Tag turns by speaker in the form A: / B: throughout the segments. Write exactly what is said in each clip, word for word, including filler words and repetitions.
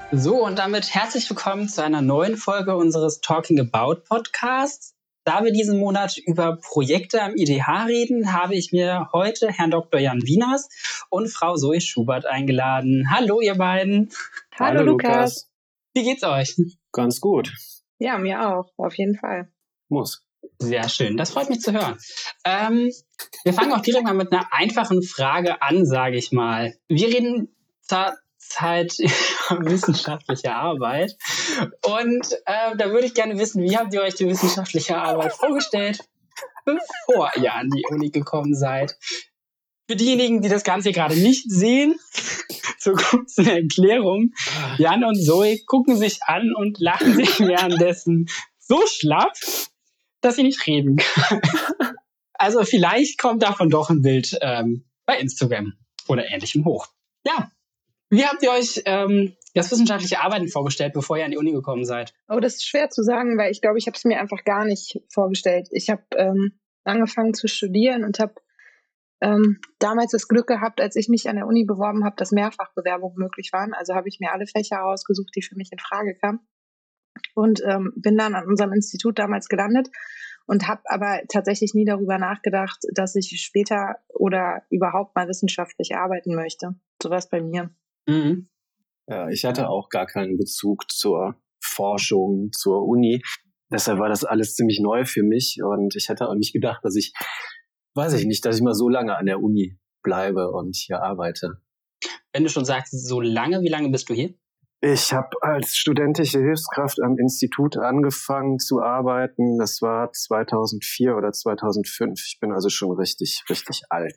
A: So, und damit herzlich willkommen zu einer neuen Folge unseres Talking About Podcasts. Da wir diesen Monat über Projekte am I D H reden, habe ich mir heute Herrn Doktor Jan Wieners und Frau Zoe Schubert eingeladen. Hallo, ihr beiden.
B: Hallo, Hallo Lukas.
A: Wie geht's euch?
C: Ganz gut.
B: Ja, mir auch, auf jeden Fall.
C: Muss.
A: Sehr schön, das freut mich zu hören. Ähm, wir fangen auch direkt mal mit einer einfachen Frage an, sage ich mal. Wir reden zurzeit über wissenschaftliche Arbeit und äh, da würde ich gerne wissen, wie habt ihr euch die wissenschaftliche Arbeit vorgestellt, bevor ihr an die Uni gekommen seid? Für diejenigen, die das Ganze gerade nicht sehen, zur kurzen Erklärung, Jan und Zoe gucken sich an und lachen sich währenddessen so schlapp, dass sie nicht reden kann. Also vielleicht kommt davon doch ein Bild ähm, bei Instagram oder Ähnlichem hoch. Ja, wie habt ihr euch ähm, das wissenschaftliche Arbeiten vorgestellt, bevor ihr an die Uni gekommen seid?
B: Oh, das ist schwer zu sagen, weil ich glaube, ich habe es mir einfach gar nicht vorgestellt. Ich habe ähm, angefangen zu studieren und habe ähm, damals das Glück gehabt, als ich mich an der Uni beworben habe, dass Mehrfachbewerbungen möglich waren. Also habe ich mir alle Fächer ausgesucht, die für mich in Frage kamen. Und ähm, bin dann an unserem Institut damals gelandet und habe aber tatsächlich nie darüber nachgedacht, dass ich später oder überhaupt mal wissenschaftlich arbeiten möchte. So war es bei mir.
A: Mhm.
C: Ja, ich hatte auch gar keinen Bezug zur Forschung, zur Uni. Deshalb war das alles ziemlich neu für mich und ich hätte auch nicht gedacht, dass ich, weiß ich nicht, dass ich mal so lange an der Uni bleibe und hier arbeite.
A: Wenn du schon sagst, so lange, wie lange bist du hier?
C: Ich habe als studentische Hilfskraft am Institut angefangen zu arbeiten. Das war zweitausendvier oder zweitausendfünf. Ich bin also schon richtig, richtig alt.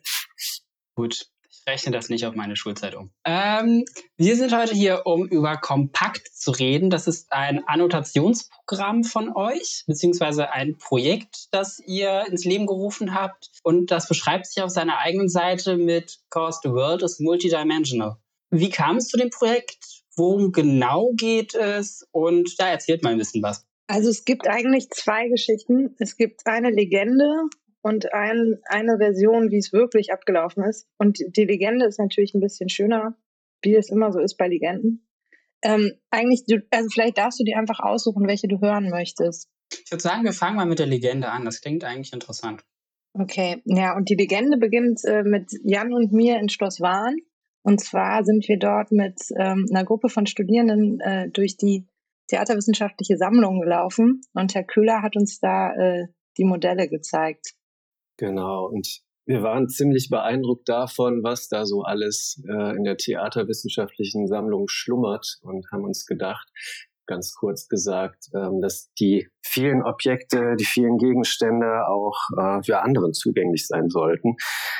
A: Gut, ich rechne das nicht auf meine Schulzeit um. Ähm, wir sind heute hier, um über Kompakt zu reden. Das ist ein Annotationsprogramm von euch, beziehungsweise ein Projekt, das ihr ins Leben gerufen habt. Und das beschreibt sich auf seiner eigenen Seite mit Cause the World is Multidimensional. Wie kam es zu dem Projekt? Worum genau geht es? Und da erzählt mal ein bisschen was.
B: Also es gibt eigentlich zwei Geschichten. Es gibt eine Legende und ein, eine Version, wie es wirklich abgelaufen ist. Und die Legende ist natürlich ein bisschen schöner, wie es immer so ist bei Legenden. Ähm, eigentlich, du, also vielleicht darfst du dir einfach aussuchen, welche du hören möchtest.
A: Ich würde sagen, wir fangen mal mit der Legende an. Das klingt eigentlich interessant.
B: Okay, ja, und die Legende beginnt äh, mit Jan und mir in Schloss Wahn. Und zwar sind wir dort mit ähm, einer Gruppe von Studierenden äh, durch die theaterwissenschaftliche Sammlung gelaufen. Und Herr Köhler hat uns da äh, die Modelle gezeigt.
C: Genau, und wir waren ziemlich beeindruckt davon, was da so alles äh, in der theaterwissenschaftlichen Sammlung schlummert und haben uns gedacht, ganz kurz gesagt, ähm, dass die vielen Objekte, die vielen Gegenstände auch äh, für anderen zugänglich sein sollten.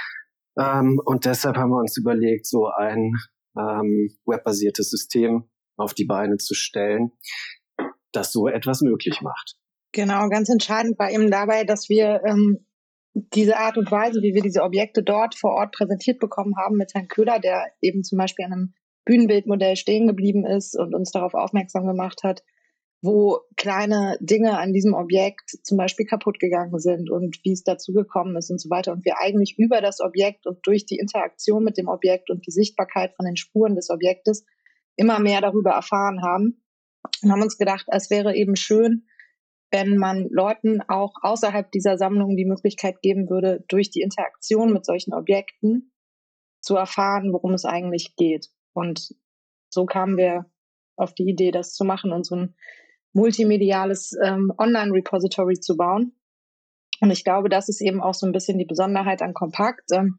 C: Ähm, und deshalb haben wir uns überlegt, so ein ähm, webbasiertes System auf die Beine zu stellen, das so etwas möglich macht.
B: Genau, ganz entscheidend war eben dabei, dass wir ähm, diese Art und Weise, wie wir diese Objekte dort vor Ort präsentiert bekommen haben mit Herrn Köhler, der eben zum Beispiel an einem Bühnenbildmodell stehen geblieben ist und uns darauf aufmerksam gemacht hat, wo kleine Dinge an diesem Objekt zum Beispiel kaputt gegangen sind und wie es dazu gekommen ist und so weiter. Und wir eigentlich über das Objekt und durch die Interaktion mit dem Objekt und die Sichtbarkeit von den Spuren des Objektes immer mehr darüber erfahren haben und haben uns gedacht, es wäre eben schön, wenn man Leuten auch außerhalb dieser Sammlung die Möglichkeit geben würde, durch die Interaktion mit solchen Objekten zu erfahren, worum es eigentlich geht. Und so kamen wir auf die Idee, das zu machen und so ein multimediales ähm, Online-Repository zu bauen. Und ich glaube, das ist eben auch so ein bisschen die Besonderheit an Kompakt. Ähm,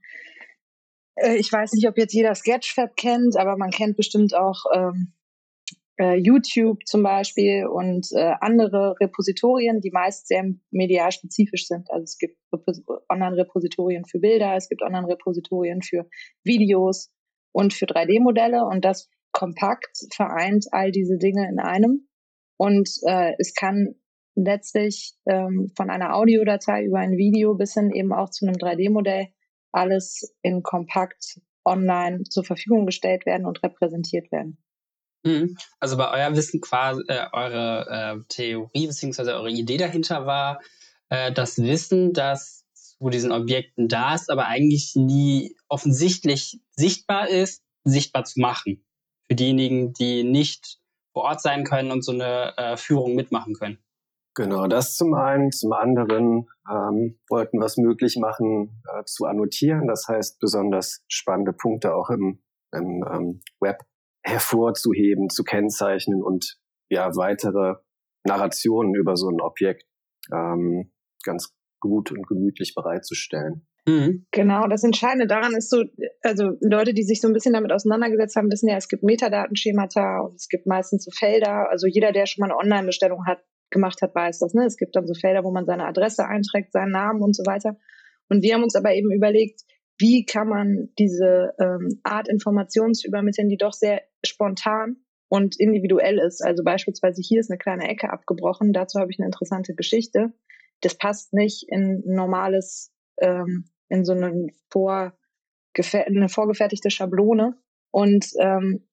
B: äh, ich weiß nicht, ob jetzt jeder Sketchfab kennt, aber man kennt bestimmt auch ähm, äh, YouTube zum Beispiel und äh, andere Repositorien, die meist sehr medial spezifisch sind. Also es gibt Repos- Online-Repositorien für Bilder, es gibt Online-Repositorien für Videos und für drei D-Modelle. Und das Kompakt vereint all diese Dinge in einem. Und äh, es kann letztlich ähm, von einer Audiodatei über ein Video bis hin eben auch zu einem drei D-Modell alles in Kompakt online zur Verfügung gestellt werden und repräsentiert werden.
A: Also bei euer Wissen quasi, äh, eure äh, Theorie bzw. eure Idee dahinter war, äh, das Wissen, das zu diesen Objekten da ist, aber eigentlich nie offensichtlich sichtbar ist, sichtbar zu machen. Für diejenigen, die nicht vor Ort sein können und so eine äh, Führung mitmachen können.
C: Genau, das zum einen. Zum anderen ähm, wollten wir es möglich machen, äh, zu annotieren. Das heißt, besonders spannende Punkte auch im, im ähm, Web hervorzuheben, zu kennzeichnen und ja weitere Narrationen über so ein Objekt ähm, ganz gut und gemütlich bereitzustellen.
B: Mhm. Genau, das Entscheidende daran ist so, also Leute, die sich so ein bisschen damit auseinandergesetzt haben, wissen ja, es gibt Metadatenschemata und es gibt meistens so Felder. Also jeder, der schon mal eine Online-Bestellung hat, gemacht hat, weiß das. Ne? Es gibt dann so Felder, wo man seine Adresse einträgt, seinen Namen und so weiter. Und wir haben uns aber eben überlegt, wie kann man diese ähm, Art Informationen zu übermitteln, die doch sehr spontan und individuell ist. Also beispielsweise hier ist eine kleine Ecke abgebrochen. Dazu habe ich eine interessante Geschichte. Das passt nicht in ein normales, ähm, in so eine, vorgefer- eine vorgefertigte Schablone und ähm,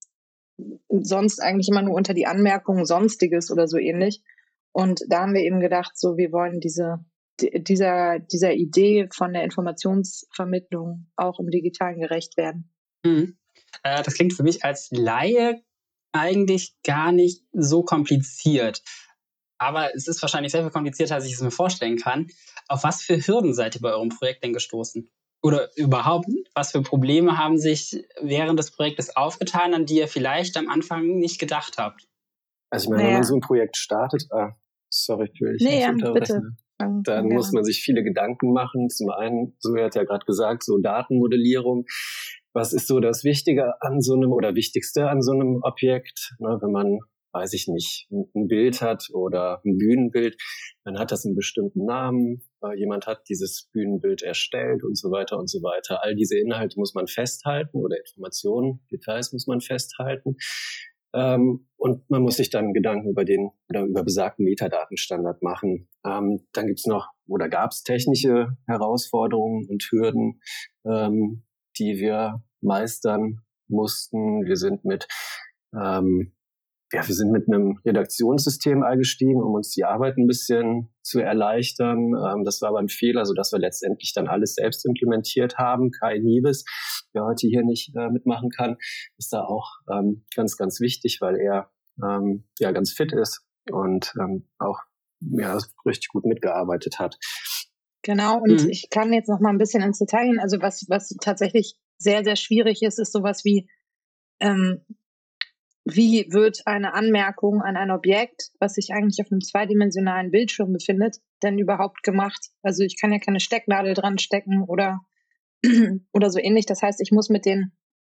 B: sonst eigentlich immer nur unter die Anmerkungen Sonstiges oder so ähnlich. Und da haben wir eben gedacht, so wir wollen diese dieser dieser Idee von der Informationsvermittlung auch im Digitalen gerecht werden.
A: Mhm. Äh, das klingt für mich als Laie eigentlich gar nicht so kompliziert. Aber es ist wahrscheinlich sehr viel komplizierter, als ich es mir vorstellen kann. Auf was für Hürden seid ihr bei eurem Projekt denn gestoßen? Oder überhaupt, was für Probleme haben sich während des Projektes aufgetan, an die ihr vielleicht am Anfang nicht gedacht habt?
C: Also ich meine, naja. wenn man so ein Projekt startet, ah, sorry, ich will dich
B: nee,
C: nicht unterbrechen. Dann ja. muss man sich viele Gedanken machen. Zum einen, so er hat ja gerade gesagt, so Datenmodellierung. Was ist so das Wichtige an so einem oder Wichtigste an so einem Objekt? Ne, wenn man, weiß ich nicht, ein Bild hat oder ein Bühnenbild, dann hat das einen bestimmten Namen. Jemand hat dieses Bühnenbild erstellt und so weiter und so weiter. All diese Inhalte muss man festhalten oder Informationen, Details muss man festhalten. Ähm, und man muss sich dann Gedanken über den oder über besagten Metadatenstandard machen. Ähm, dann gibt's noch oder gab's technische Herausforderungen und Hürden, ähm, die wir meistern mussten. Wir sind mit ähm, ja, wir sind mit einem Redaktionssystem eingestiegen, um uns die Arbeit ein bisschen zu erleichtern. Ähm, das war aber ein Fehler, sodass wir letztendlich dann alles selbst implementiert haben. Kai Nieves, der heute hier nicht äh, mitmachen kann, ist da auch ähm, ganz, ganz wichtig, weil er ähm, ja ganz fit ist und ähm, auch ja richtig gut mitgearbeitet hat.
B: Genau, und mhm. ich kann jetzt noch mal ein bisschen ins Detail gehen. Also was, was tatsächlich sehr, sehr schwierig ist, ist sowas wie ähm, wie wird eine Anmerkung an ein Objekt, was sich eigentlich auf einem zweidimensionalen Bildschirm befindet, denn überhaupt gemacht? Also ich kann ja keine Stecknadel dran stecken oder, oder so ähnlich. Das heißt, ich muss mit den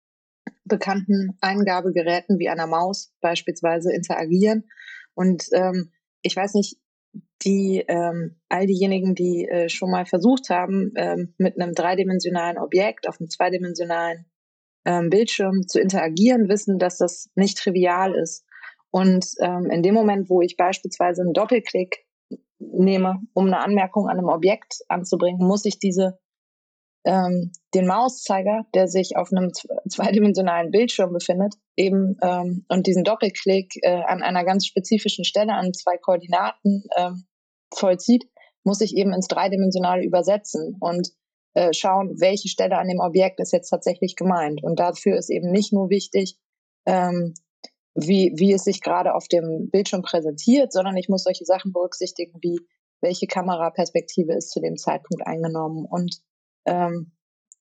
B: bekannten Eingabegeräten wie einer Maus beispielsweise interagieren. Und ähm, ich weiß nicht, die ähm, all diejenigen, die äh, schon mal versucht haben, ähm, mit einem dreidimensionalen Objekt auf einem zweidimensionalen Ähm, Bildschirm zu interagieren, wissen, dass das nicht trivial ist. Und ähm, in dem Moment, wo ich beispielsweise einen Doppelklick nehme, um eine Anmerkung an einem Objekt anzubringen, muss ich diese ähm, den Mauszeiger, der sich auf einem zweidimensionalen Bildschirm befindet, eben ähm, und diesen Doppelklick äh, an einer ganz spezifischen Stelle an zwei Koordinaten ähm, vollzieht, muss ich eben ins Dreidimensionale übersetzen und Äh, schauen, welche Stelle an dem Objekt ist jetzt tatsächlich gemeint. Und dafür ist eben nicht nur wichtig, ähm, wie, wie es sich gerade auf dem Bildschirm präsentiert, sondern ich muss solche Sachen berücksichtigen, wie welche Kameraperspektive ist zu dem Zeitpunkt eingenommen. Und ähm,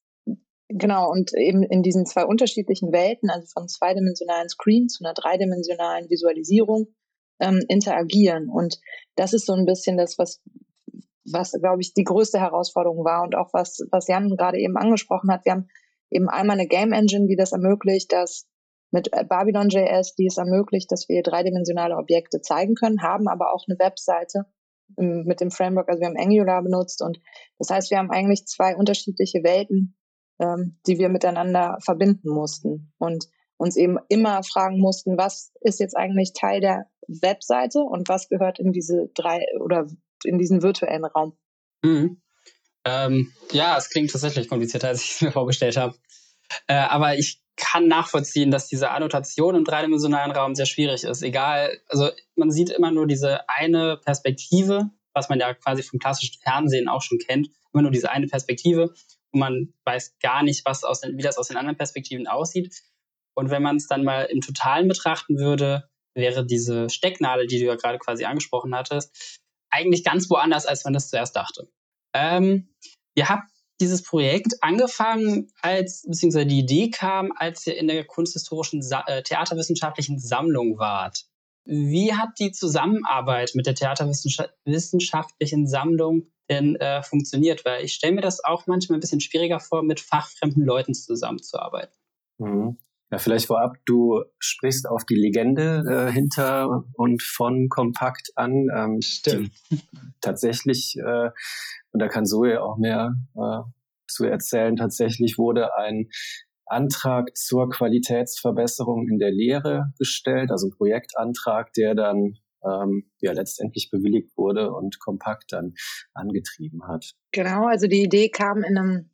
B: genau, und eben in diesen zwei unterschiedlichen Welten, also von zweidimensionalen Screen zu einer dreidimensionalen Visualisierung, ähm, interagieren. Und das ist so ein bisschen das, was was, glaube ich, die größte Herausforderung war und auch was, was Jan gerade eben angesprochen hat. Wir haben eben einmal eine Game Engine, die das ermöglicht, dass mit Babylon Punkt J S, die es ermöglicht, dass wir dreidimensionale Objekte zeigen können, haben aber auch eine Webseite mit dem Framework, also wir haben Angular benutzt und das heißt, wir haben eigentlich zwei unterschiedliche Welten, ähm, die wir miteinander verbinden mussten und uns eben immer fragen mussten, was ist jetzt eigentlich Teil der Webseite und was gehört in diese drei oder in diesen virtuellen Raum.
A: Mhm. Ähm, ja, es klingt tatsächlich komplizierter, als ich es mir vorgestellt habe. Äh, aber ich kann nachvollziehen, dass diese Annotation im dreidimensionalen Raum sehr schwierig ist. Egal, also man sieht immer nur diese eine Perspektive, was man ja quasi vom klassischen Fernsehen auch schon kennt, immer nur diese eine Perspektive und man weiß gar nicht, was aus den, wie das aus den anderen Perspektiven aussieht. Und wenn man es dann mal im Totalen betrachten würde, wäre diese Stecknadel, die du ja gerade quasi angesprochen hattest, eigentlich ganz woanders, als man das zuerst dachte. Ähm, ihr habt dieses Projekt angefangen, als, beziehungsweise die Idee kam, als ihr in der kunsthistorischen Sa- äh, theaterwissenschaftlichen Sammlung wart. Wie hat die Zusammenarbeit mit der theaterwissenschaftlichen Sammlung denn äh, funktioniert? Weil ich stelle mir das auch manchmal ein bisschen schwieriger vor, mit fachfremden Leuten zusammenzuarbeiten.
C: Mhm. Ja, vielleicht vorab, du sprichst auf die Legende äh, hinter und von Kompakt an. Ähm,
A: Stimmt.
C: Die, tatsächlich, äh, und da kann Zoe auch mehr äh, zu erzählen, tatsächlich wurde ein Antrag zur Qualitätsverbesserung in der Lehre gestellt, also ein Projektantrag, der dann ähm, ja letztendlich bewilligt wurde und Kompakt dann angetrieben hat.
B: Genau, also die Idee kam in einem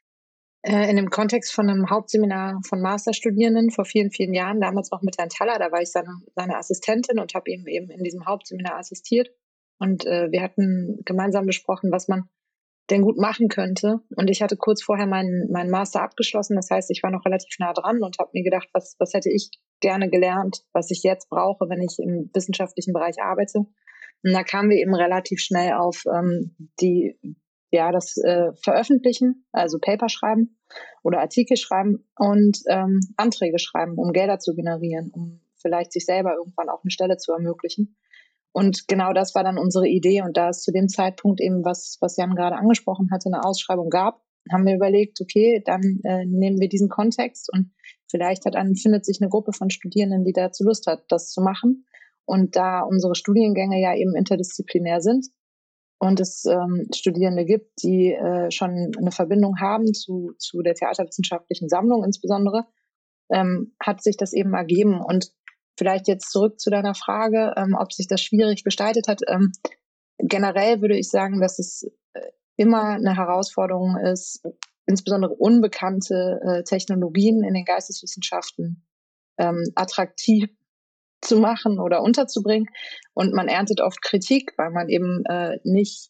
B: äh, in dem Kontext von einem Hauptseminar von Masterstudierenden vor vielen, vielen Jahren, damals noch mit Herrn Thaler, da war ich seine, seine Assistentin und habe ihm eben in diesem Hauptseminar assistiert. Und äh, wir hatten gemeinsam besprochen, was man denn gut machen könnte. Und ich hatte kurz vorher meinen, meinen Master abgeschlossen. Das heißt, ich war noch relativ nah dran und habe mir gedacht, was, was hätte ich gerne gelernt, was ich jetzt brauche, wenn ich im wissenschaftlichen Bereich arbeite. Und da kamen wir eben relativ schnell auf ähm, die, ja, das äh, Veröffentlichen, also Paper schreiben oder Artikel schreiben und ähm, Anträge schreiben, um Gelder zu generieren, um vielleicht sich selber irgendwann auch eine Stelle zu ermöglichen. Und genau das war dann unsere Idee. Und da es zu dem Zeitpunkt eben, was, was Jan gerade angesprochen hatte, eine Ausschreibung gab, haben wir überlegt, okay, dann äh, nehmen wir diesen Kontext und vielleicht hat dann, findet sich eine Gruppe von Studierenden, die dazu Lust hat, das zu machen. Und da unsere Studiengänge ja eben interdisziplinär sind und es ähm, Studierende gibt, die äh, schon eine Verbindung haben zu, zu der theaterwissenschaftlichen Sammlung insbesondere, ähm, hat sich das eben ergeben. Und vielleicht jetzt zurück zu deiner Frage, ähm, ob sich das schwierig gestaltet hat. Ähm, generell würde ich sagen, dass es äh, immer eine Herausforderung ist, insbesondere unbekannte äh, Technologien in den Geisteswissenschaften ähm, attraktiv zu machen oder unterzubringen. Und man erntet oft Kritik, weil man eben äh, nicht,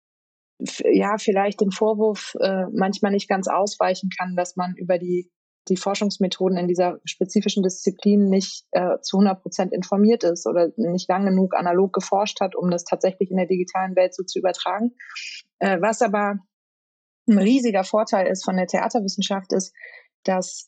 B: f- ja, vielleicht den Vorwurf äh, manchmal nicht ganz ausweichen kann, dass man über die die Forschungsmethoden in dieser spezifischen Disziplin nicht äh, zu hundert Prozent informiert ist oder nicht lang genug analog geforscht hat, um das tatsächlich in der digitalen Welt so zu übertragen. Äh, was aber ein riesiger Vorteil ist von der Theaterwissenschaft ist, dass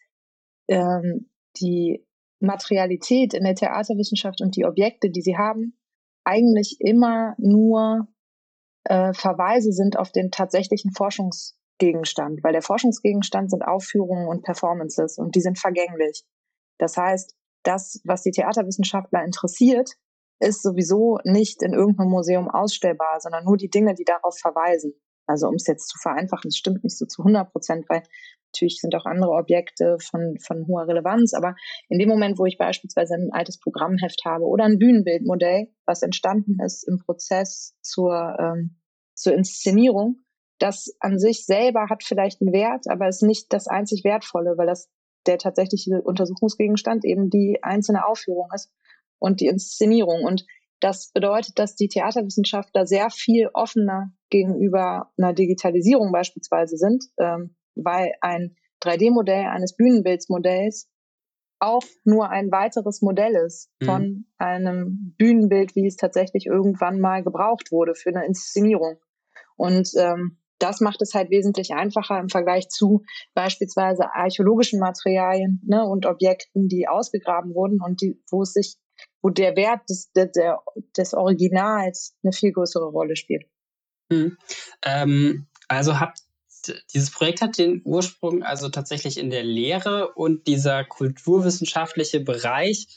B: ähm, die Materialität in der Theaterwissenschaft und die Objekte, die sie haben, eigentlich immer nur äh, Verweise sind auf den tatsächlichen Forschungsgegenstand, weil der Forschungsgegenstand sind Aufführungen und Performances und die sind vergänglich. Das heißt, das, was die Theaterwissenschaftler interessiert, ist sowieso nicht in irgendeinem Museum ausstellbar, sondern nur die Dinge, die darauf verweisen. Also um es jetzt zu vereinfachen, es stimmt nicht so zu hundert Prozent, weil natürlich sind auch andere Objekte von, von hoher Relevanz. Aber in dem Moment, wo ich beispielsweise ein altes Programmheft habe oder ein Bühnenbildmodell, was entstanden ist im Prozess zur, ähm, zur Inszenierung, das an sich selber hat vielleicht einen Wert, aber ist nicht das einzig Wertvolle, weil das der tatsächliche Untersuchungsgegenstand eben die einzelne Aufführung ist und die Inszenierung. Und das bedeutet, dass die Theaterwissenschaftler sehr viel offener gegenüber einer Digitalisierung beispielsweise sind, ähm, weil ein drei D-Modell eines Bühnenbildsmodells auch nur ein weiteres Modell ist von mhm. einem Bühnenbild, wie es tatsächlich irgendwann mal gebraucht wurde für eine Inszenierung. Und ähm, das macht es halt wesentlich einfacher im Vergleich zu beispielsweise archäologischen Materialien, ne, und Objekten, die ausgegraben wurden und die, wo es sich, wo der Wert des, der, des Originals eine viel größere Rolle spielt.
A: Hm. Ähm, also habt dieses Projekt hat den Ursprung also tatsächlich in der Lehre und dieser kulturwissenschaftliche Bereich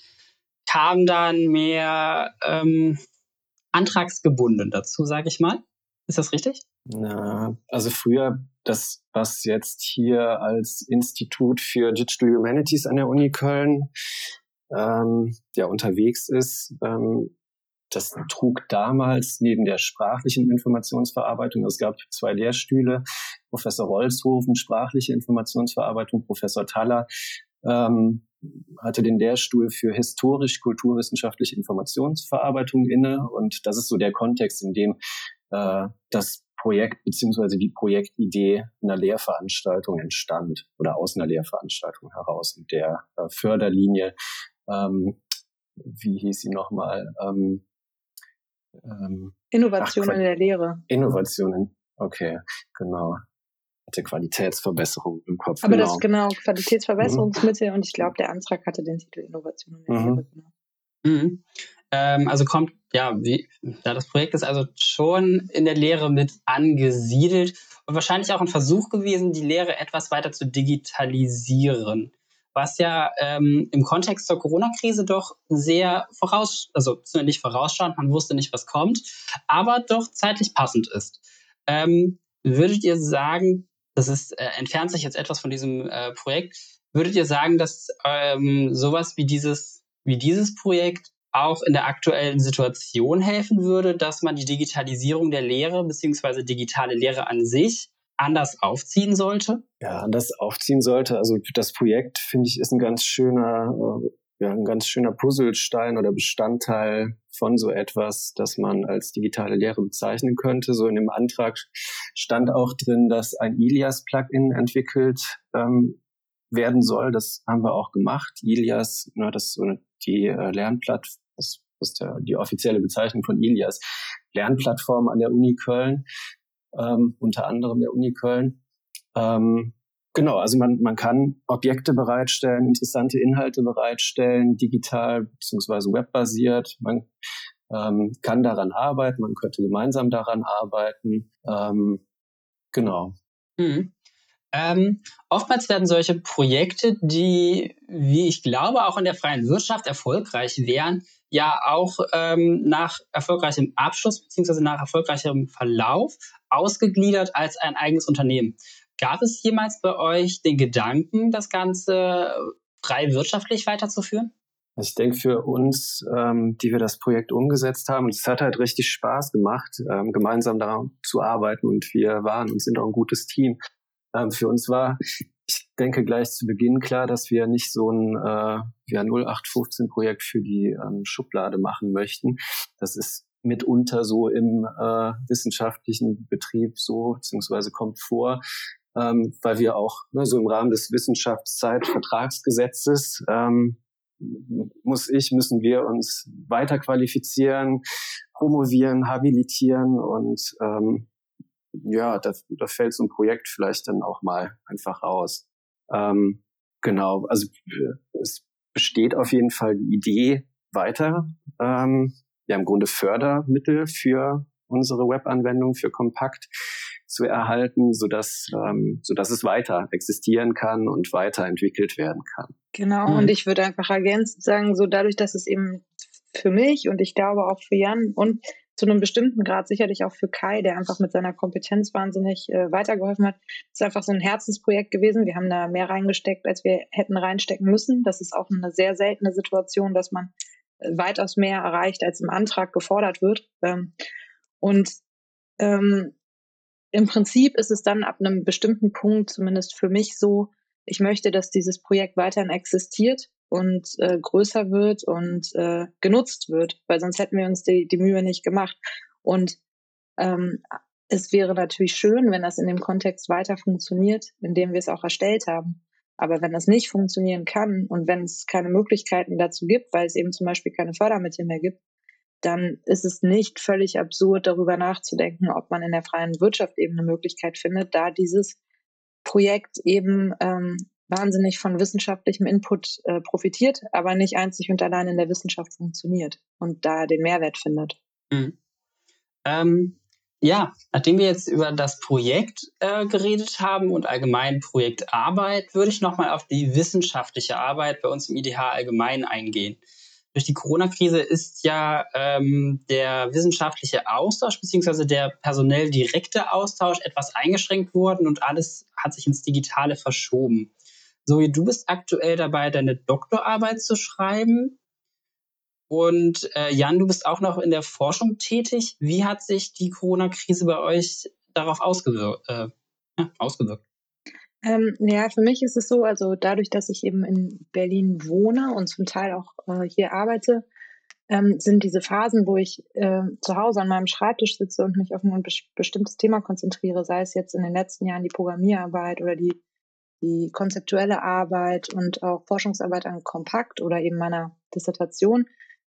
A: kam dann mehr ähm, antragsgebunden dazu, sage ich mal. Ist das richtig?
C: Na, also früher, das, was jetzt hier als Institut für Digital Humanities an der Uni Köln ähm, ja unterwegs ist, ähm, das trug damals neben der sprachlichen Informationsverarbeitung, es gab zwei Lehrstühle, Professor Rolzhofen, sprachliche Informationsverarbeitung, Professor Thaler ähm, hatte den Lehrstuhl für historisch-kulturwissenschaftliche Informationsverarbeitung inne. Und das ist so der Kontext, in dem äh, das Projekt beziehungsweise die Projektidee einer Lehrveranstaltung entstand oder aus einer Lehrveranstaltung heraus mit der äh, Förderlinie ähm, wie hieß sie nochmal? Ähm,
B: ähm, Innovation ach, in der Lehre.
C: Innovationen, okay, genau. Hatte Qualitätsverbesserung im Kopf.
B: Aber
C: genau.
B: das genau, Qualitätsverbesserungsmittel mhm. und ich glaube, der Antrag hatte den Titel Innovation in der mhm. Lehre. Genau.
A: Mhm. Ähm, also kommt, ja, wie, ja, das Projekt ist also schon in der Lehre mit angesiedelt und wahrscheinlich auch ein Versuch gewesen, die Lehre etwas weiter zu digitalisieren. Was ja ähm, im Kontext zur Corona-Krise doch sehr voraus, also nicht vorausschauend, man wusste nicht, was kommt, aber doch zeitlich passend ist. Ähm, würdet ihr sagen, das ist, äh, entfernt sich jetzt etwas von diesem äh, Projekt, würdet ihr sagen, dass ähm, sowas wie dieses, wie dieses Projekt auch in der aktuellen Situation helfen würde, dass man die Digitalisierung der Lehre bzw. digitale Lehre an sich anders aufziehen sollte?
C: Ja, anders aufziehen sollte. Also das Projekt, finde ich, ist ein ganz schöner, äh, ja, ein ganz schöner Puzzlestein oder Bestandteil von so etwas, das man als digitale Lehre bezeichnen könnte. So in dem Antrag stand auch drin, dass ein Ilias-Plugin entwickelt ähm, werden soll. Das haben wir auch gemacht. Ilias, na, das ist so eine, die äh, Lernplattform, das ist der, die offizielle Bezeichnung von Ilias, Lernplattform an der Uni Köln. Ähm, unter anderem der Uni Köln. Ähm, genau, also man, man kann Objekte bereitstellen, interessante Inhalte bereitstellen, digital bzw. webbasiert. Man ähm, kann daran arbeiten, man könnte gemeinsam daran arbeiten. Ähm, genau.
A: Mhm. Ähm, oftmals werden solche Projekte, die, wie ich glaube, auch in der freien Wirtschaft erfolgreich wären, ja auch ähm, nach erfolgreichem Abschluss bzw. nach erfolgreichem Verlauf ausgegliedert als ein eigenes Unternehmen. Gab es jemals bei euch den Gedanken, das Ganze frei wirtschaftlich weiterzuführen?
C: Ich denke für uns, ähm, die wir das Projekt umgesetzt haben, es hat halt richtig Spaß gemacht, ähm, gemeinsam daran zu arbeiten und wir waren und sind auch ein gutes Team. Ähm, für uns war, ich denke, gleich zu Beginn klar, dass wir nicht so ein äh, ja, null acht fünfzehn Projekt für die ähm, Schublade machen möchten. Das ist mitunter so im äh, wissenschaftlichen Betrieb so, beziehungsweise kommt vor, ähm, weil wir auch ne, so im Rahmen des Wissenschaftszeitvertragsgesetzes ähm, muss ich, müssen wir uns weiter qualifizieren, promovieren, habilitieren und ähm, ja, da, da fällt so ein Projekt vielleicht dann auch mal einfach raus. Ähm, genau, also es besteht auf jeden Fall die Idee weiter. Ähm, wir haben im Grunde Fördermittel für unsere Webanwendung, für Kompakt zu erhalten, sodass, ähm, sodass es weiter existieren kann und weiterentwickelt werden kann.
B: Genau, mhm. Und ich würde einfach ergänzend sagen, so dadurch, dass es eben für mich und ich glaube auch für Jan und zu einem bestimmten Grad sicherlich auch für Kai, der einfach mit seiner Kompetenz wahnsinnig äh, weitergeholfen hat. Es ist einfach so ein Herzensprojekt gewesen. Wir haben da mehr reingesteckt, als wir hätten reinstecken müssen. Das ist auch eine sehr seltene Situation, dass man äh, weitaus mehr erreicht, als im Antrag gefordert wird. Ähm, und ähm, im Prinzip ist es dann ab einem bestimmten Punkt, zumindest für mich so, ich möchte, dass dieses Projekt weiterhin existiert und äh, größer wird und äh, genutzt wird, weil sonst hätten wir uns die, die Mühe nicht gemacht. Und ähm, es wäre natürlich schön, wenn das in dem Kontext weiter funktioniert, in dem wir es auch erstellt haben. Aber wenn das nicht funktionieren kann und wenn es keine Möglichkeiten dazu gibt, weil es eben zum Beispiel keine Fördermittel mehr gibt, dann ist es nicht völlig absurd, darüber nachzudenken, ob man in der freien Wirtschaft eben eine Möglichkeit findet, da dieses Projekt eben ähm, wahnsinnig von wissenschaftlichem Input äh, profitiert, aber nicht einzig und allein in der Wissenschaft funktioniert und da den Mehrwert findet.
A: Mhm. Ähm, ja, nachdem wir jetzt über das Projekt äh, geredet haben und allgemein Projektarbeit, würde ich nochmal auf die wissenschaftliche Arbeit bei uns im I D H allgemein eingehen. Durch die Corona-Krise ist ja ähm, der wissenschaftliche Austausch bzw. der personell direkte Austausch etwas eingeschränkt worden und alles hat sich ins Digitale verschoben. Zoe, du bist aktuell dabei, deine Doktorarbeit zu schreiben. Und äh, Jan, du bist auch noch in der Forschung tätig. Wie hat sich die Corona-Krise bei euch darauf ausgewirkt? Äh, ja, ausgewirkt?
B: Ähm, ja, für mich ist es so, also dadurch, dass ich eben in Berlin wohne und zum Teil auch äh, hier arbeite, ähm, sind diese Phasen, wo ich äh, zu Hause an meinem Schreibtisch sitze und mich auf ein be- bestimmtes Thema konzentriere, sei es jetzt in den letzten Jahren die Programmierarbeit oder die, die konzeptuelle Arbeit und auch Forschungsarbeit an Kompakt oder eben meiner Dissertation,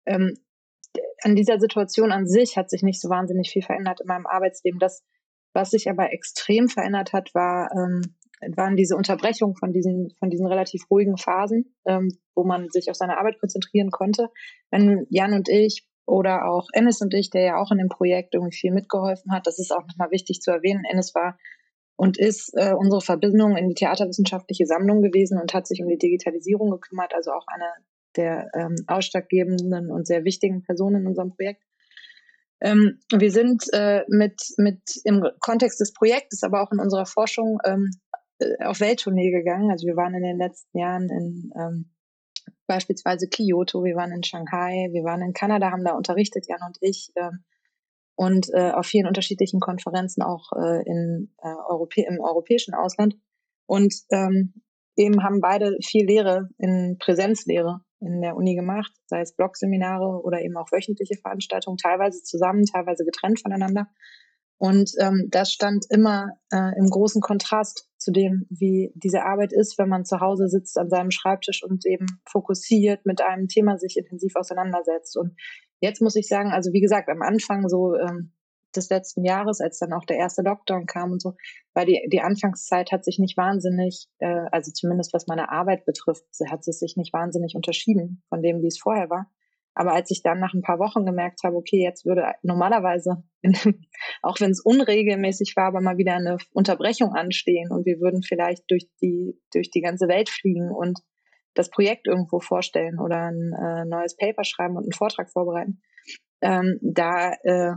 B: ähm, an dieser Situation an sich hat sich nicht so wahnsinnig viel verändert in meinem Arbeitsleben. Das, was sich aber extrem verändert hat, war, ähm, waren diese Unterbrechungen von diesen, von diesen relativ ruhigen Phasen, ähm, wo man sich auf seine Arbeit konzentrieren konnte. Wenn Jan und ich oder auch Enes und ich, der ja auch in dem Projekt irgendwie viel mitgeholfen hat, das ist auch nochmal wichtig zu erwähnen. Enes war und ist äh, unsere Verbindung in die theaterwissenschaftliche Sammlung gewesen und hat sich um die Digitalisierung gekümmert, also auch eine der ähm, ausschlaggebenden und sehr wichtigen Personen in unserem Projekt. Ähm, wir sind äh, mit, mit im Kontext des Projektes, aber auch in unserer Forschung ähm, auf Welttournee gegangen. Also wir waren in den letzten Jahren in ähm, beispielsweise Kyoto, wir waren in Shanghai, wir waren in Kanada, haben da unterrichtet, Jan und ich, ähm, und äh, auf vielen unterschiedlichen Konferenzen auch äh, in, äh, Europä- im europäischen Ausland. Und ähm, eben haben beide viel Lehre in Präsenzlehre in der Uni gemacht, sei es Blogseminare oder eben auch wöchentliche Veranstaltungen, teilweise zusammen, teilweise getrennt voneinander. Und ähm, das stand immer äh, im großen Kontrast zu dem, wie diese Arbeit ist, wenn man zu Hause sitzt an seinem Schreibtisch und eben fokussiert mit einem Thema sich intensiv auseinandersetzt. Und jetzt muss ich sagen, also wie gesagt, am Anfang so ähm, des letzten Jahres, als dann auch der erste Lockdown kam und so, weil die die Anfangszeit hat sich nicht wahnsinnig, äh, also zumindest was meine Arbeit betrifft, hat es sich nicht wahnsinnig unterschieden von dem, wie es vorher war. Aber als ich dann nach ein paar Wochen gemerkt habe, okay, jetzt würde normalerweise, auch wenn es unregelmäßig war, aber mal wieder eine Unterbrechung anstehen und wir würden vielleicht durch die durch die ganze Welt fliegen und das Projekt irgendwo vorstellen oder ein äh, neues Paper schreiben und einen Vortrag vorbereiten. Ähm, da äh,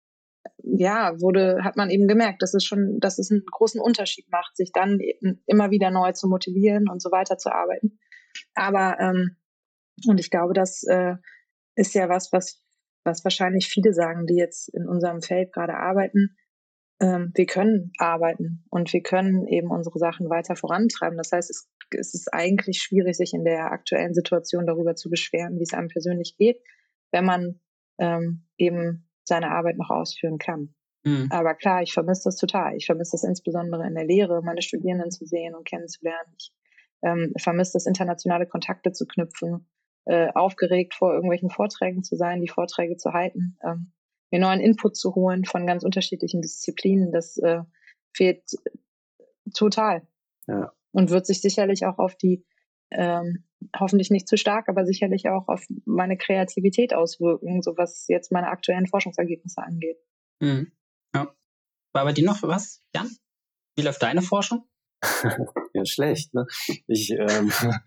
B: ja, wurde, hat man eben gemerkt, dass es schon, dass es einen großen Unterschied macht, sich dann eben immer wieder neu zu motivieren und so weiter zu arbeiten. Aber, ähm, und ich glaube, das äh, ist ja was, was, was wahrscheinlich viele sagen, die jetzt in unserem Feld gerade arbeiten. Ähm, wir können arbeiten und wir können eben unsere Sachen weiter vorantreiben. Das heißt, es, es ist eigentlich schwierig, sich in der aktuellen Situation darüber zu beschweren, wie es einem persönlich geht, wenn man ähm, eben seine Arbeit noch ausführen kann. Mhm. Aber klar, ich vermisse das total. Ich vermisse das insbesondere in der Lehre, meine Studierenden zu sehen und kennenzulernen. Ich ähm, vermisse das, internationale Kontakte zu knüpfen, äh, aufgeregt vor irgendwelchen Vorträgen zu sein, die Vorträge zu halten, ähm, mir neuen Input zu holen von ganz unterschiedlichen Disziplinen. Das äh, fehlt total. Ja. Und wird sich sicherlich auch auf die ähm, hoffentlich nicht zu stark, aber sicherlich auch auf meine Kreativität auswirken, so was jetzt meine aktuellen Forschungsergebnisse angeht.
A: Mhm. Ja. War bei dir noch was, Jan? Wie läuft deine Forschung?
C: Ja, schlecht. Ne? Ich, ähm,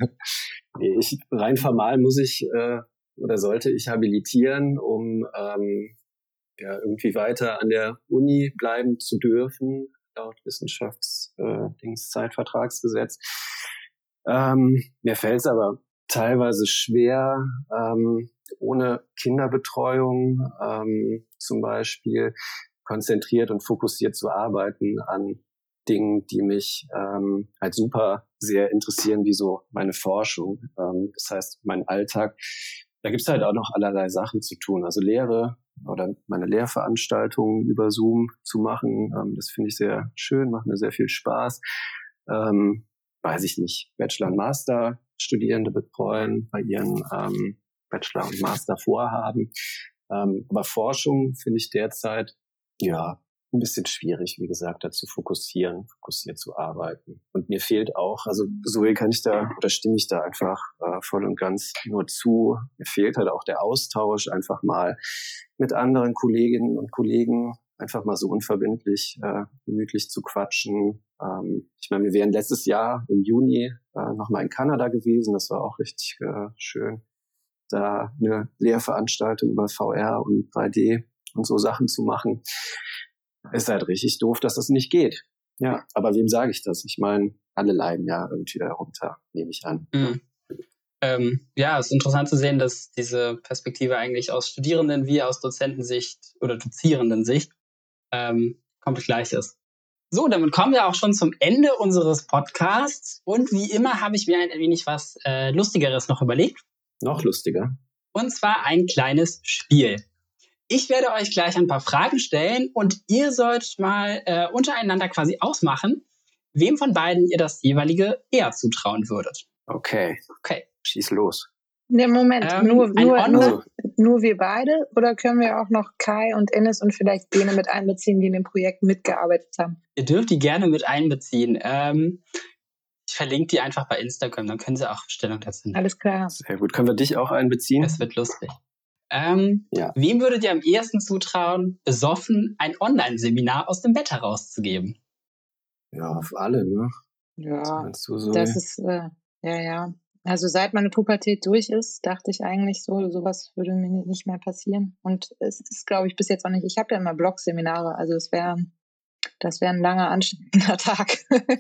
C: ich rein formal muss ich äh, oder sollte ich habilitieren, um ähm, ja irgendwie weiter an der Uni bleiben zu dürfen, laut Wissenschaftszeitvertragsgesetz. Äh, ähm, mir fällt es aber teilweise schwer, ähm, ohne Kinderbetreuung ähm, zum Beispiel konzentriert und fokussiert zu arbeiten an Dingen, die mich ähm, halt super sehr interessieren, wie so meine Forschung. Ähm, das heißt, mein Alltag, da gibt's halt auch noch allerlei Sachen zu tun. Also Lehre oder meine Lehrveranstaltungen über Zoom zu machen, ähm, das finde ich sehr schön, macht mir sehr viel Spaß. Ähm, weiß ich nicht, Bachelor- und Master-Studierende betreuen bei ihren ähm, Bachelor- und Master-Vorhaben. Ähm, aber Forschung finde ich derzeit, ja, ein bisschen schwierig, wie gesagt, da zu fokussieren, fokussiert zu arbeiten. Und mir fehlt auch, also so kann ich da, oder stimme ich da einfach äh, voll und ganz nur zu, mir fehlt halt auch der Austausch, einfach mal mit anderen Kolleginnen und Kollegen einfach mal so unverbindlich, äh, gemütlich zu quatschen. Ähm, ich meine, wir wären letztes Jahr im Juni äh, nochmal in Kanada gewesen, das war auch richtig äh, schön, da eine Lehrveranstaltung über V R und drei D und so Sachen zu machen. Ist halt richtig doof, dass das nicht geht. Ja, aber wem sage ich das? Ich meine, alle leiden ja irgendwie darunter, nehme ich an.
A: Mhm. Ähm, ja, es ist interessant zu sehen, dass diese Perspektive eigentlich aus Studierenden wie aus Dozentensicht oder Dozierendensicht ähm, komplett gleich ist. So, damit kommen wir auch schon zum Ende unseres Podcasts. Und wie immer habe ich mir ein wenig was äh, Lustigeres noch überlegt.
C: Noch lustiger.
A: Und zwar ein kleines Spiel. Ich werde euch gleich ein paar Fragen stellen und ihr sollt mal äh, untereinander quasi ausmachen, wem von beiden ihr das jeweilige eher zutrauen würdet.
C: Okay.
A: Okay.
C: Schieß los.
B: Ne, Moment,
A: Ähm,
B: nur, nur,
A: Online-
B: nur, nur wir beide oder können wir auch noch Kai und Enes und vielleicht Bene mit einbeziehen, die in dem Projekt mitgearbeitet haben?
A: Ihr dürft die gerne mit einbeziehen. Ähm, ich verlinke die einfach bei Instagram, dann können sie auch Stellung dazu nehmen.
B: Alles klar.
C: Sehr gut. Können wir dich auch einbeziehen?
A: Es wird lustig. Ähm,
C: Ja.
A: Wem würdet ihr am ehesten zutrauen, besoffen ein Online-Seminar aus dem Bett herauszugeben?
C: Ja, auf alle, ne?
B: Ja,
C: Meinst du so?
B: das ist, äh, ja, ja. Also seit meine Pubertät durch ist, dachte ich eigentlich so, sowas würde mir nicht mehr passieren. Und es ist, glaube ich, bis jetzt auch nicht. Ich habe ja immer Blog-Seminare, also es wäre, das wäre ein langer, anstrengender Tag.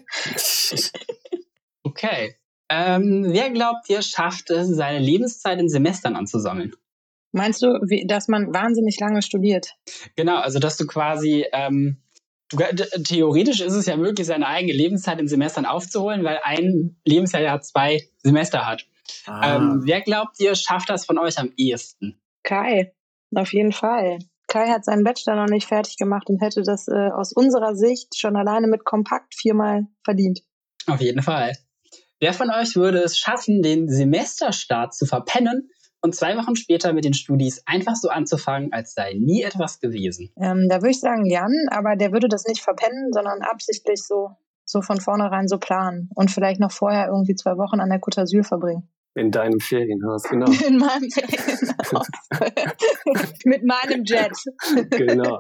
A: Okay. Ähm, wer glaubt ihr, schafft es, seine Lebenszeit in Semestern anzusammeln?
B: Meinst du, wie, dass man wahnsinnig lange studiert?
A: Genau, also dass du quasi, ähm, du, theoretisch ist es ja möglich, seine eigene Lebenszeit in Semestern aufzuholen, weil ein Lebensjahr ja zwei Semester hat.
C: Ah.
A: Ähm, wer glaubt ihr, schafft das von euch am ehesten?
B: Kai, auf jeden Fall. Kai hat seinen Bachelor noch nicht fertig gemacht und hätte das äh, aus unserer Sicht schon alleine mit Kompakt viermal verdient.
A: Auf jeden Fall. Wer von euch würde es schaffen, den Semesterstart zu verpennen und zwei Wochen später mit den Studis einfach so anzufangen, als sei nie etwas gewesen?
B: Ähm, da würde ich sagen Jan, aber der würde das nicht verpennen, sondern absichtlich so, so von vornherein so planen und vielleicht noch vorher irgendwie zwei Wochen an der Côte d'Azur verbringen.
C: In deinem Ferienhaus, genau.
B: In meinem Ferienhaus. Mit meinem Jet.
C: Genau.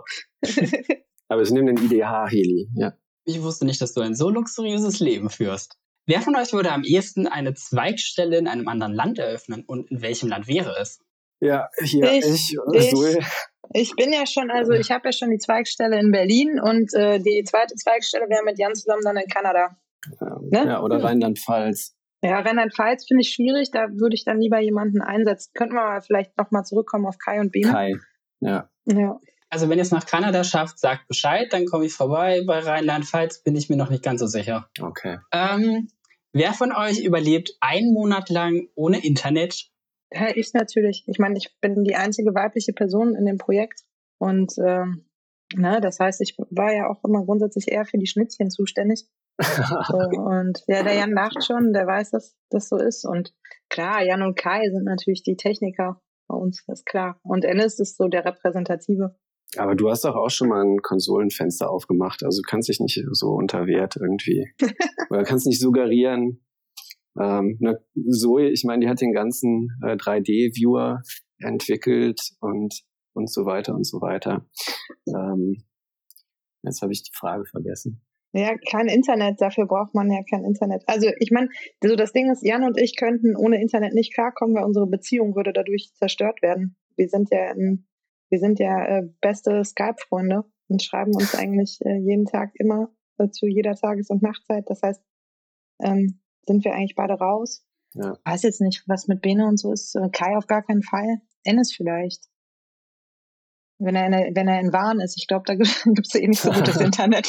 C: Aber ich nehme den I D H-Heli, ja.
A: Ich wusste nicht, dass du ein so luxuriöses Leben führst. Wer von euch würde am ehesten eine Zweigstelle in einem anderen Land eröffnen und in welchem Land wäre es?
C: Ja, hier,
B: ich.
C: ich,
B: ich,
C: Sul.
B: ich bin ja schon, also ich habe ja schon die Zweigstelle in Berlin und äh, die zweite Zweigstelle wäre mit Jan zusammen dann in Kanada.
C: Ja,
B: Ne?
C: ja oder Rheinland-Pfalz.
B: Ja, Rheinland-Pfalz finde ich schwierig, da würde ich dann lieber jemanden einsetzen. Könnten wir mal vielleicht nochmal zurückkommen auf Kai und Bene?
C: Kai, ja.
B: Ja.
A: Also wenn ihr es nach Kanada schafft, sagt Bescheid, dann komme ich vorbei. Bei Rheinland-Pfalz bin ich mir noch nicht ganz so sicher.
C: Okay.
A: Ähm, wer von euch überlebt einen Monat lang ohne Internet?
B: Ja, ich natürlich. Ich meine, ich bin die einzige weibliche Person in dem Projekt. Und ähm, ne, das heißt, ich war ja auch immer grundsätzlich eher für die Schnittchen zuständig. So, und ja, der Jan lacht schon, der weiß, dass das so ist. Und klar, Jan und Kai sind natürlich die Techniker bei uns, das ist klar. Und Enes ist so der Repräsentative.
C: Aber du hast doch auch schon mal ein Konsolenfenster aufgemacht, also du kannst dich nicht so unter Wert irgendwie, oder kannst nicht suggerieren. Ähm, ne, Zoe, ich meine, die hat den ganzen äh, drei D-Viewer entwickelt und und so weiter und so weiter. Ähm, jetzt habe ich die Frage vergessen.
B: Ja, kein Internet, dafür braucht man ja kein Internet. Also ich meine, so das Ding ist, Jan und ich könnten ohne Internet nicht klarkommen, weil unsere Beziehung würde dadurch zerstört werden. Wir sind ja in, wir sind ja äh, beste Skype-Freunde und schreiben uns eigentlich äh, jeden Tag immer äh, zu jeder Tages- und Nachtzeit. Das heißt, ähm, sind wir eigentlich beide raus.
C: Ja.
B: Weiß jetzt nicht, was mit Bene und so ist. Äh, Kai auf gar keinen Fall. Enes vielleicht. Wenn er in, wenn er in Waren ist. Ich glaube, da gibt es eh nicht so gutes Internet.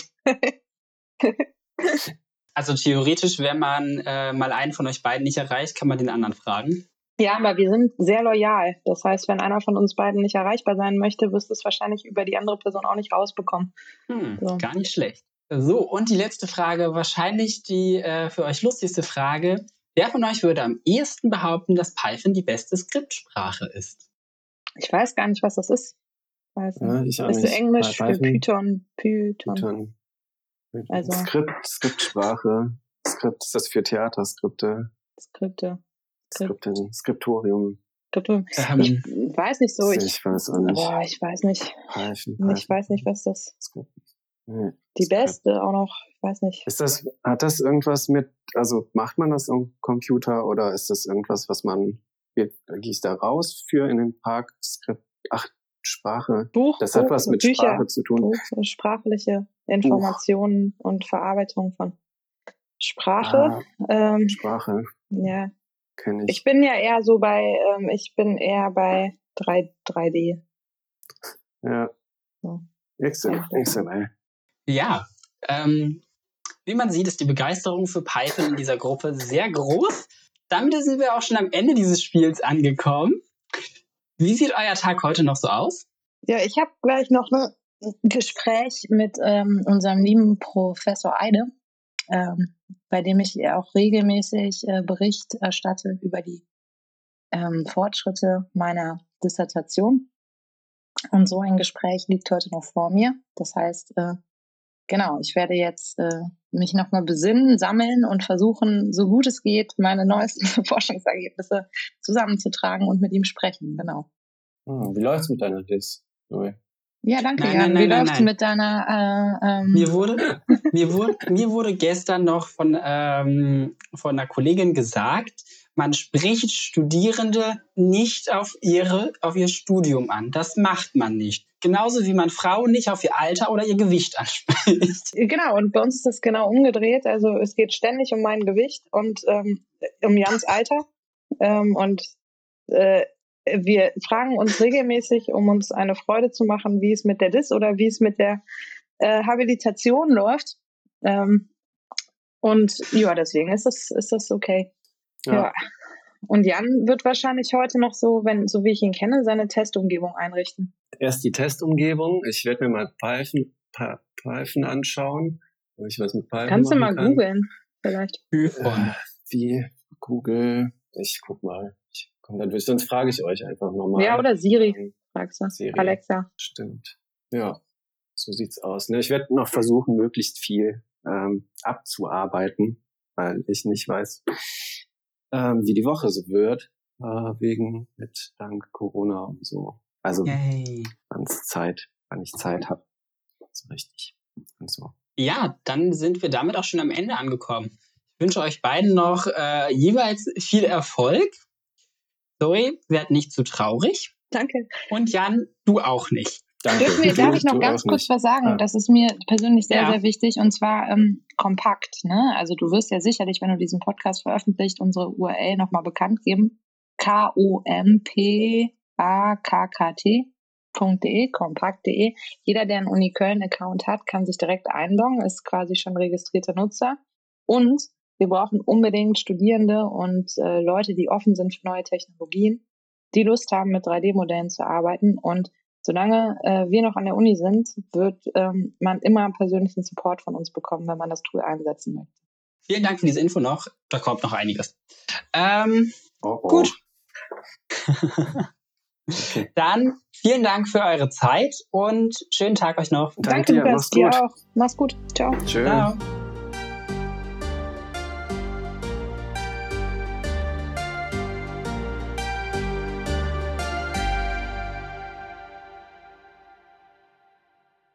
A: Also theoretisch, wenn man äh, mal einen von euch beiden nicht erreicht, kann man den anderen fragen.
B: Ja, aber wir sind sehr loyal. Das heißt, wenn einer von uns beiden nicht erreichbar sein möchte, wirst du es wahrscheinlich über die andere Person auch nicht rausbekommen.
A: Hm,
B: So.
A: Gar nicht schlecht. So, und die letzte Frage, wahrscheinlich die äh, für euch lustigste Frage. Wer von euch würde am ehesten behaupten, dass Python die beste Skriptsprache ist?
B: Ich weiß gar nicht, was das ist. Weiß
C: Ja,
B: nicht.
C: ich auch
B: Ist
C: nicht.
B: Englisch
C: Bei
B: für
C: Python.
B: Python? Python.
C: Python.
B: Also-
C: Skript, Skriptsprache. Skript ist das für Theaterskripte.
B: Skripte.
C: Skripte, Skriptorium.
B: Skripte.
A: Ähm,
B: Ich weiß nicht so. Ich,
C: Ich weiß auch nicht.
B: boah, ich weiß nicht.
C: Python,
B: Ich
C: Python.
B: weiß nicht, was das.
C: Skript. Nee.
B: Die
C: Skript.
B: beste auch noch. Ich weiß nicht.
C: Ist das, hat das irgendwas mit, also macht man das am Computer oder ist das irgendwas, was man, gehe ich da raus für in den Park, Skript, ach, Sprache.
B: Buch,
C: Das hat
B: Buch,
C: was mit
B: Bücher,
C: Sprache zu tun.
B: Buch, sprachliche Informationen und Verarbeitung von Sprache.
C: Ah,
B: Ähm,
C: Sprache
B: ja.
C: kenne
B: Ich
C: ich.
B: bin ja eher so bei, ähm, ich bin eher bei drei, 3D.
C: Ja.
B: So.
C: X M L. X M L.
A: Ja, ähm, wie man sieht, ist die Begeisterung für Python in dieser Gruppe sehr groß. Damit sind wir auch schon am Ende dieses Spiels angekommen. Wie sieht euer Tag heute noch so aus?
B: Ja, ich habe gleich noch ein Gespräch mit ähm, unserem lieben Professor Eide, ähm, bei dem ich auch regelmäßig äh, Bericht erstatte über die ähm, Fortschritte meiner Dissertation. Und so ein Gespräch liegt heute noch vor mir. Das heißt, äh, genau, ich werde jetzt äh, mich nochmal besinnen, sammeln und versuchen, so gut es geht, meine neuesten Forschungsergebnisse zusammenzutragen und mit ihm sprechen. Genau.
C: Hm, wie läuft's mit deiner Diss? Sorry.
B: Ja, danke,
A: Nein,
B: Jan.
A: nein,
B: Wie
A: nein,
B: läuft's
A: nein.
B: mit deiner... Äh, ähm,
A: Mir wurde, mir wurde, mir wurde gestern noch von, ähm, von einer Kollegin gesagt, man spricht Studierende nicht auf ihre, auf ihr Studium an. Das macht man nicht. Genauso wie man Frauen nicht auf ihr Alter oder ihr Gewicht anspricht.
B: Genau, und bei uns ist das genau umgedreht. Also es geht ständig um mein Gewicht und ähm, um Jans Alter. Ähm, und äh, wir fragen uns regelmäßig, um uns eine Freude zu machen, wie es mit der Dis oder wie es mit der äh, Habilitation läuft. Ähm, und ja, deswegen ist das, ist das okay. Ja. ja. Und Jan wird wahrscheinlich heute noch so, wenn, so wie ich ihn kenne, seine Testumgebung einrichten.
C: Erst die Testumgebung. Ich werde mir mal Python, Python anschauen, ob ich was mit Python
B: Kannst du mal
C: kann.
B: googeln, vielleicht.
C: Äh, wie Google. Ich guck mal. Ich komm dann durch. Sonst frage ich euch einfach nochmal.
B: Ja, oder Siri,
C: ähm,
B: fragst du.
C: Siri.
B: Alexa.
C: Stimmt. Ja, so sieht's aus. Ne? Ich werde noch versuchen, möglichst viel ähm, abzuarbeiten, weil ich nicht weiß, ähm, wie die Woche so wird, äh, wegen mit dank Corona und so. Also
A: Yay.
C: wann's Zeit, wann ich Zeit habe. So richtig. Und so.
A: Ja, dann sind wir damit auch schon am Ende angekommen. Ich wünsche euch beiden noch äh, jeweils viel Erfolg. Zoe, werd nicht zu traurig.
B: Danke.
A: Und Jan, du auch nicht.
C: Danke.
B: Dürfen wir,
C: Du-
B: darf ich noch
C: du
B: ganz
C: auch
B: kurz
C: nicht.
B: was sagen?
C: Ah.
B: Das ist mir persönlich sehr,
A: Ja.
B: sehr wichtig. Und zwar ähm, kompakt. Ne? Also du wirst ja sicherlich, wenn du diesen Podcast veröffentlicht, unsere U R L nochmal bekannt geben. K O M P A K K T punkt de, kompakt punkt de. Jeder, der einen Uni Köln-Account hat, kann sich direkt einloggen, ist quasi schon registrierter Nutzer. Und wir brauchen unbedingt Studierende und äh, Leute, die offen sind für neue Technologien, die Lust haben, mit drei D Modellen zu arbeiten. Und solange äh, wir noch an der Uni sind, wird ähm, man immer persönlichen Support von uns bekommen, wenn man das Tool einsetzen möchte.
A: Vielen Dank für diese Info noch. Da kommt noch einiges. Ähm,
C: Oh, oh.
A: Gut.
C: Okay.
A: Dann vielen Dank für eure Zeit und schönen Tag euch noch.
C: Danke dir,
B: Lukas.
C: mach's
B: Dir
C: gut.
B: auch. Mach's gut. Ciao.
C: Tschö.
A: Ciao.